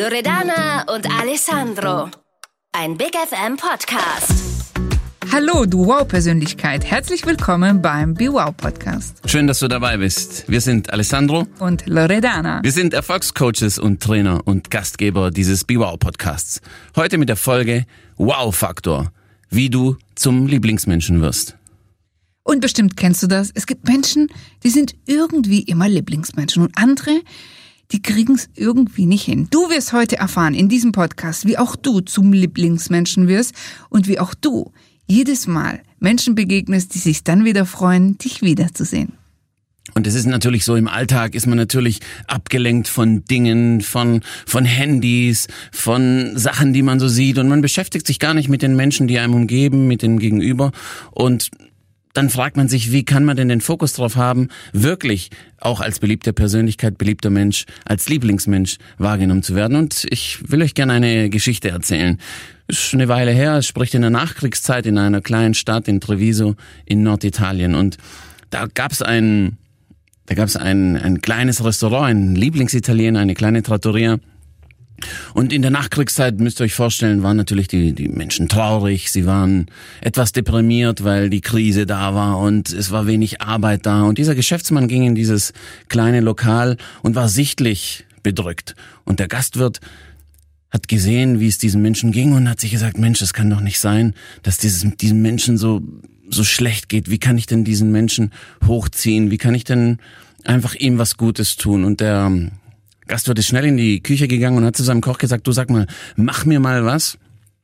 Loredana und Alessandro. Ein Big FM Podcast. Hallo, du Wow-Persönlichkeit. Herzlich willkommen beim Be Wow Podcast. Schön, dass du dabei bist. Wir sind Alessandro und Loredana. Wir sind Erfolgscoaches und Trainer und Gastgeber dieses Be Wow Podcasts. Heute mit der Folge Wow-Faktor. Wie du zum Lieblingsmenschen wirst. Und bestimmt kennst du das. Es gibt Menschen, die sind irgendwie immer Lieblingsmenschen und andere, die kriegen es irgendwie nicht hin. Du wirst heute erfahren in diesem Podcast, wie auch du zum Lieblingsmenschen wirst und wie auch du jedes Mal Menschen begegnest, die sich dann wieder freuen, dich wiederzusehen. Und es ist natürlich so, im Alltag ist man natürlich abgelenkt von Dingen, von Handys, von Sachen, die man so sieht, und man beschäftigt sich gar nicht mit den Menschen, die einem umgeben, mit dem Gegenüber, und dann fragt man sich, wie kann man denn den Fokus drauf haben, wirklich auch als beliebte Persönlichkeit, beliebter Mensch, als Lieblingsmensch wahrgenommen zu werden. Und ich will euch gerne eine Geschichte erzählen. Ist schon eine Weile her, es spricht in der Nachkriegszeit in einer kleinen Stadt in Treviso in Norditalien. Und da gab's ein kleines Restaurant, ein Lieblingsitaliener, eine kleine Trattoria. Und in der Nachkriegszeit, müsst ihr euch vorstellen, waren natürlich die Menschen traurig, sie waren etwas deprimiert, weil die Krise da war und es war wenig Arbeit da. Und dieser Geschäftsmann ging in dieses kleine Lokal und war sichtlich bedrückt. Und der Gastwirt hat gesehen, wie es diesen Menschen ging, und hat sich gesagt, Mensch, das kann doch nicht sein, dass diesem Menschen so schlecht geht. Wie kann ich denn diesen Menschen hochziehen? Wie kann ich denn einfach ihm was Gutes tun? Und der Gastwirt ist schnell in die Küche gegangen und hat zu seinem Koch gesagt, du, sag mal, mach mir mal was,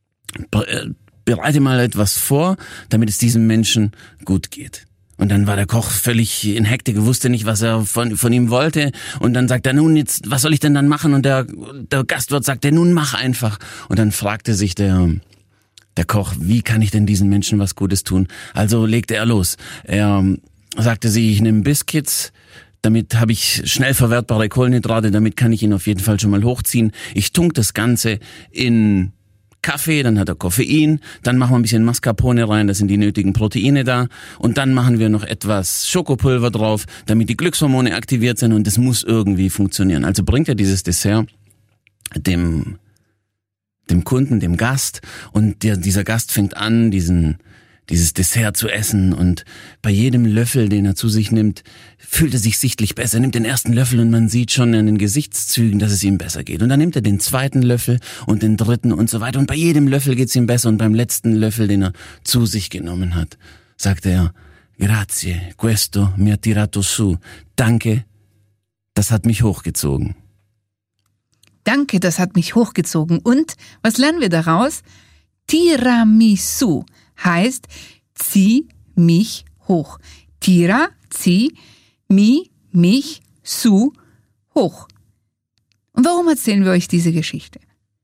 bereite mal etwas vor, damit es diesem Menschen gut geht. Und dann war der Koch völlig in Hektik, wusste nicht, was er von ihm wollte. Und dann sagt er, nun jetzt, was soll ich denn dann machen? Und der Gastwirt sagte, nun mach einfach. Und dann fragte sich der Koch, wie kann ich denn diesen Menschen was Gutes tun? Also legte er los. Er sagte sie, ich nehme Biscuits, damit habe ich schnell verwertbare Kohlenhydrate, damit kann ich ihn auf jeden Fall schon mal hochziehen. Ich tunke das Ganze in Kaffee, dann hat er Koffein, dann machen wir ein bisschen Mascarpone rein, da sind die nötigen Proteine da, und dann machen wir noch etwas Schokopulver drauf, damit die Glückshormone aktiviert sind, und das muss irgendwie funktionieren. Also bringt er dieses Dessert dem Kunden, dem Gast, und dieser Gast fängt an, dieses Dessert zu essen, und bei jedem Löffel, den er zu sich nimmt, fühlt er sich sichtlich besser. Er nimmt den ersten Löffel und man sieht schon an den Gesichtszügen, dass es ihm besser geht. Und dann nimmt er den zweiten Löffel und den dritten und so weiter. Und bei jedem Löffel geht's ihm besser, und beim letzten Löffel, den er zu sich genommen hat, sagt er, grazie, questo mi ha tirato su. Danke, das hat mich hochgezogen. Danke, das hat mich hochgezogen. Und was lernen wir daraus? Tiramisu heißt, zieh mich hoch. Tira, zieh, mich, su, hoch. Und warum erzählen wir euch diese Geschichte?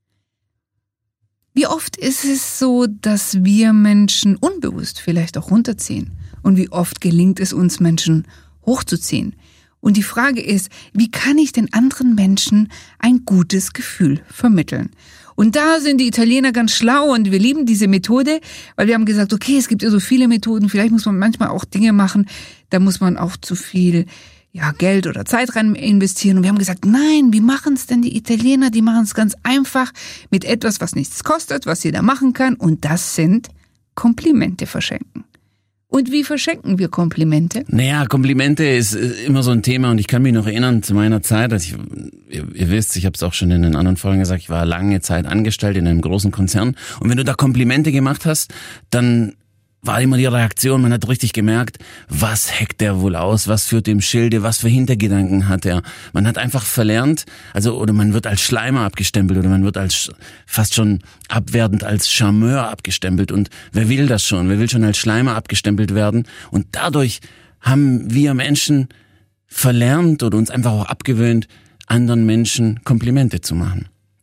Wie oft ist es so, dass wir Menschen unbewusst vielleicht auch runterziehen? Und wie oft gelingt es uns, Menschen hochzuziehen? Und die Frage ist, wie kann ich den anderen Menschen ein gutes Gefühl vermitteln? Und da sind die Italiener ganz schlau, und wir lieben diese Methode, weil wir haben gesagt, okay, es gibt ja so viele Methoden, vielleicht muss man manchmal auch Dinge machen, da muss man auch zu viel Geld oder Zeit rein investieren. Und wir haben gesagt, nein, wie machen es denn die Italiener? Die machen es ganz einfach mit etwas, was nichts kostet, was jeder machen kann, und das sind Komplimente verschenken. Und wie verschenken wir Komplimente? Naja, Komplimente ist immer so ein Thema, und ich kann mich noch erinnern zu meiner Zeit, ihr wisst, ich habe es auch schon in den anderen Folgen gesagt, ich war lange Zeit angestellt in einem großen Konzern, und wenn du da Komplimente gemacht hast, dann war immer die Reaktion, man hat richtig gemerkt, was heckt der wohl aus, was führt dem Schilde, was für Hintergedanken hat er. Man hat einfach verlernt, oder man wird als Schleimer abgestempelt, oder man wird als fast schon abwertend als Charmeur abgestempelt, und wer will das schon? Wer will schon als Schleimer abgestempelt werden? Und dadurch haben wir Menschen verlernt oder uns einfach auch abgewöhnt, anderen Menschen Komplimente zu machen.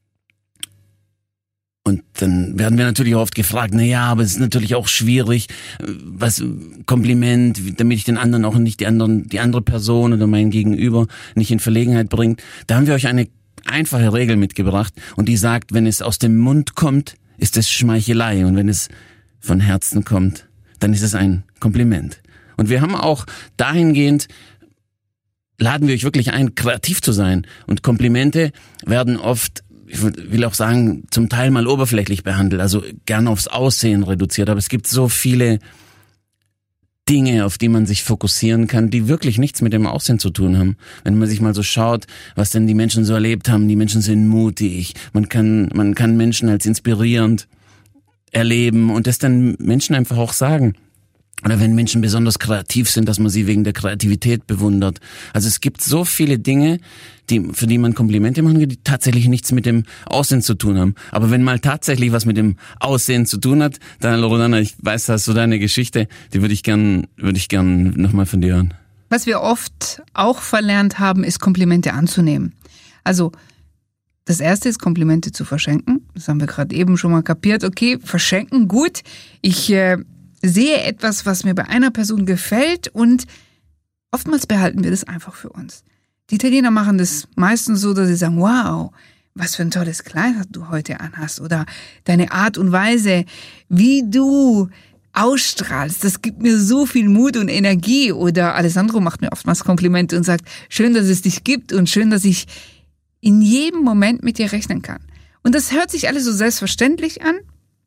Und dann werden wir natürlich oft gefragt, aber es ist natürlich auch schwierig, was Kompliment, damit ich den anderen auch nicht die andere Person oder mein Gegenüber nicht in Verlegenheit bringt. Da haben wir euch eine einfache Regel mitgebracht, und die sagt, wenn es aus dem Mund kommt, ist es Schmeichelei, und wenn es von Herzen kommt, dann ist es ein Kompliment. Und wir haben auch dahingehend, laden wir euch wirklich ein, kreativ zu sein, und Komplimente werden oft ich will auch sagen, zum Teil mal oberflächlich behandelt, also gern aufs Aussehen reduziert. Aber es gibt so viele Dinge, auf die man sich fokussieren kann, die wirklich nichts mit dem Aussehen zu tun haben. Wenn man sich mal so schaut, was denn die Menschen so erlebt haben, die Menschen sind mutig, man kann Menschen als inspirierend erleben und das dann Menschen einfach auch sagen. Oder wenn Menschen besonders kreativ sind, dass man sie wegen der Kreativität bewundert. Also es gibt so viele Dinge, für die man Komplimente machen kann, die tatsächlich nichts mit dem Aussehen zu tun haben. Aber wenn mal tatsächlich was mit dem Aussehen zu tun hat, dann Loredana, ich weiß, das ist so deine Geschichte, die würde ich gern nochmal von dir hören. Was wir oft auch verlernt haben, ist Komplimente anzunehmen. Also das erste ist, Komplimente zu verschenken. Das haben wir gerade eben schon mal kapiert. Okay, verschenken, gut. Ich sehe etwas, was mir bei einer Person gefällt und oftmals behalten wir das einfach für uns. Die Italiener machen das meistens so, dass sie sagen, wow, was für ein tolles Kleid du heute anhast oder deine Art und Weise, wie du ausstrahlst, das gibt mir so viel Mut und Energie. Oder Alessandro macht mir oftmals Komplimente und sagt, schön, dass es dich gibt und schön, dass ich in jedem Moment mit dir rechnen kann. Und das hört sich alles so selbstverständlich an.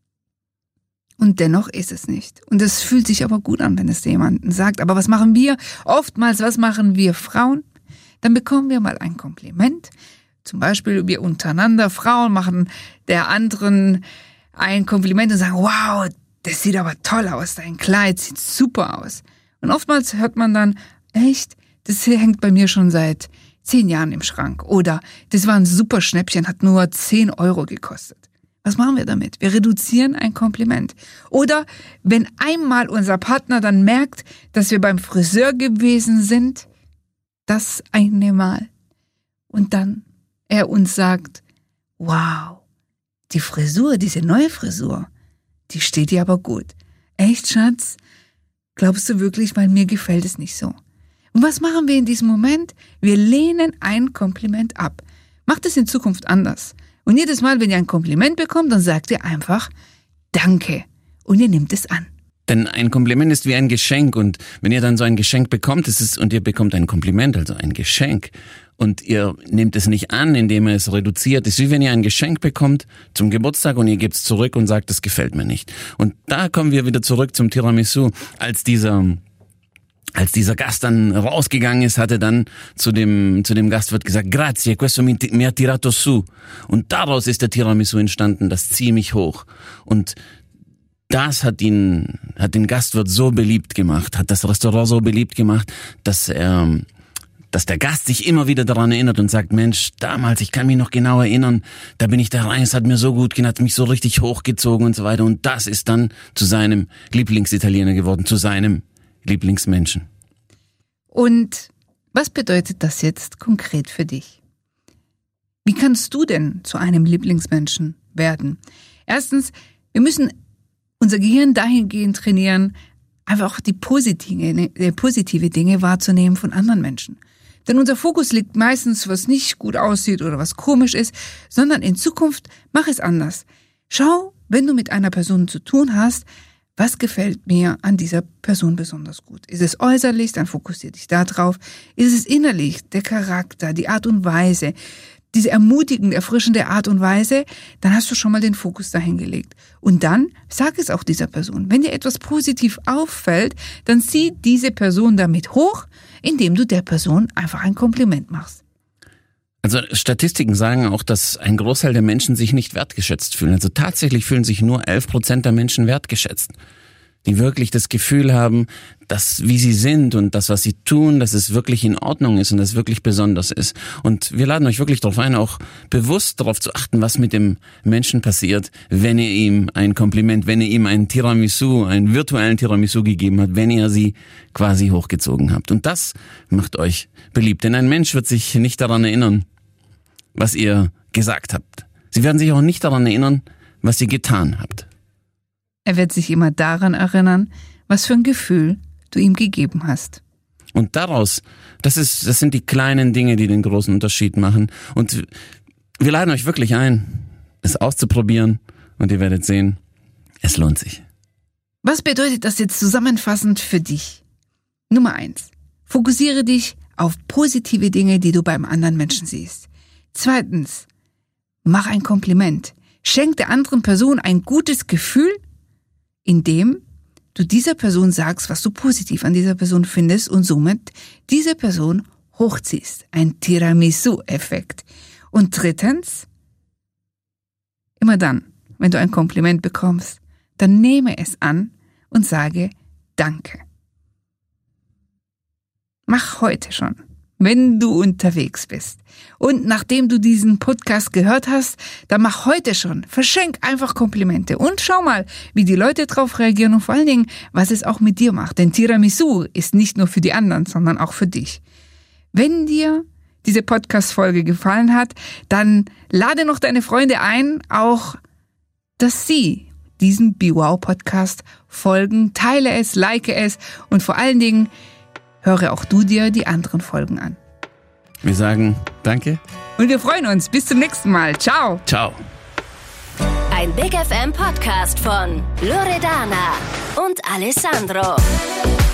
Und dennoch ist es nicht. Und es fühlt sich aber gut an, wenn es jemandem sagt. Aber was machen wir? Oftmals, was machen wir Frauen? Dann bekommen wir mal ein Kompliment. Zum Beispiel wir untereinander, Frauen machen der anderen ein Kompliment und sagen, wow, das sieht aber toll aus, dein Kleid sieht super aus. Und oftmals hört man dann, echt, das hängt bei mir schon seit 10 Jahren im Schrank. Oder das war ein super Schnäppchen, hat nur 10 Euro gekostet. Was machen wir damit? Wir reduzieren ein Kompliment. Oder wenn einmal unser Partner dann merkt, dass wir beim Friseur gewesen sind, das eine Mal, und dann er uns sagt, wow, die Frisur, diese neue Frisur, die steht dir aber gut. Echt, Schatz? Glaubst du wirklich, weil mir gefällt es nicht so? Und was machen wir in diesem Moment? Wir lehnen ein Kompliment ab. Macht es in Zukunft anders. Und jedes Mal, wenn ihr ein Kompliment bekommt, dann sagt ihr einfach Danke und ihr nehmt es an. Denn ein Kompliment ist wie ein Geschenk und wenn ihr dann so ein Geschenk bekommt, und ihr bekommt ein Kompliment, also ein Geschenk, und ihr nehmt es nicht an, indem ihr es reduziert, ist wie wenn ihr ein Geschenk bekommt zum Geburtstag und ihr gebt es zurück und sagt, das gefällt mir nicht. Und da kommen wir wieder zurück zum Tiramisu. Als dieser Gast dann rausgegangen ist, hatte dann zu dem Gastwirt gesagt, grazie, questo mi ha tirato su. Und daraus ist der Tiramisu entstanden, das zieh mich hoch. Und das hat den Gastwirt so beliebt gemacht, hat das Restaurant so beliebt gemacht, dass der Gast sich immer wieder daran erinnert und sagt, Mensch, damals, ich kann mich noch genau erinnern, da bin ich da rein, es hat mir so gut gemacht, hat mich so richtig hochgezogen und so weiter. Und das ist dann zu seinem Lieblingsitaliener geworden, zu seinem Lieblingsmenschen. Und was bedeutet das jetzt konkret für dich? Wie kannst du denn zu einem Lieblingsmenschen werden? Erstens, wir müssen unser Gehirn dahingehend trainieren, einfach auch die positive Dinge wahrzunehmen von anderen Menschen. Denn unser Fokus liegt meistens, was nicht gut aussieht oder was komisch ist, sondern in Zukunft mach es anders. Schau, wenn du mit einer Person zu tun hast, was gefällt mir an dieser Person besonders gut? Ist es äußerlich, dann fokussiere dich da drauf. Ist es innerlich, der Charakter, die Art und Weise, diese ermutigende, erfrischende Art und Weise, dann hast du schon mal den Fokus dahin gelegt. Und dann sag es auch dieser Person. Wenn dir etwas positiv auffällt, dann zieh diese Person damit hoch, indem du der Person einfach ein Kompliment machst. Also Statistiken sagen auch, dass ein Großteil der Menschen sich nicht wertgeschätzt fühlen. Also tatsächlich fühlen sich nur 11% der Menschen wertgeschätzt. Die wirklich das Gefühl haben, dass wie sie sind und das, was sie tun, dass es wirklich in Ordnung ist und dass es wirklich besonders ist. Und wir laden euch wirklich darauf ein, auch bewusst darauf zu achten, was mit dem Menschen passiert, wenn ihr ihm ein Kompliment, wenn ihr ihm einen Tiramisu, einen virtuellen Tiramisu gegeben habt, wenn ihr sie quasi hochgezogen habt. Und das macht euch beliebt. Denn ein Mensch wird sich nicht daran erinnern, was ihr gesagt habt. Sie werden sich auch nicht daran erinnern, was ihr getan habt. Er wird sich immer daran erinnern, was für ein Gefühl du ihm gegeben hast. Und daraus, das sind die kleinen Dinge, die den großen Unterschied machen. Und wir laden euch wirklich ein, es auszuprobieren. Und ihr werdet sehen, es lohnt sich. Was bedeutet das jetzt zusammenfassend für dich? Nummer 1. Fokussiere dich auf positive Dinge, die du beim anderen Menschen siehst. 2. mach ein Kompliment. Schenk der anderen Person ein gutes Gefühl, indem du dieser Person sagst, was du positiv an dieser Person findest und somit diese Person hochziehst. Ein Tiramisu-Effekt. Und drittens, immer dann, wenn du ein Kompliment bekommst, dann nehme es an und sage Danke. Mach heute schon, wenn du unterwegs bist. Und nachdem du diesen Podcast gehört hast, dann mach heute schon. Verschenk einfach Komplimente und schau mal, wie die Leute drauf reagieren und vor allen Dingen, was es auch mit dir macht. Denn Tiramisu ist nicht nur für die anderen, sondern auch für dich. Wenn dir diese Podcast-Folge gefallen hat, dann lade noch deine Freunde ein, auch, dass sie diesem BeWow-Podcast folgen. Teile es, like es und vor allen Dingen höre auch du dir die anderen Folgen an. Wir sagen Danke. Und wir freuen uns. Bis zum nächsten Mal. Ciao. Ciao. Ein Big FM Podcast von Loredana und Alessandro.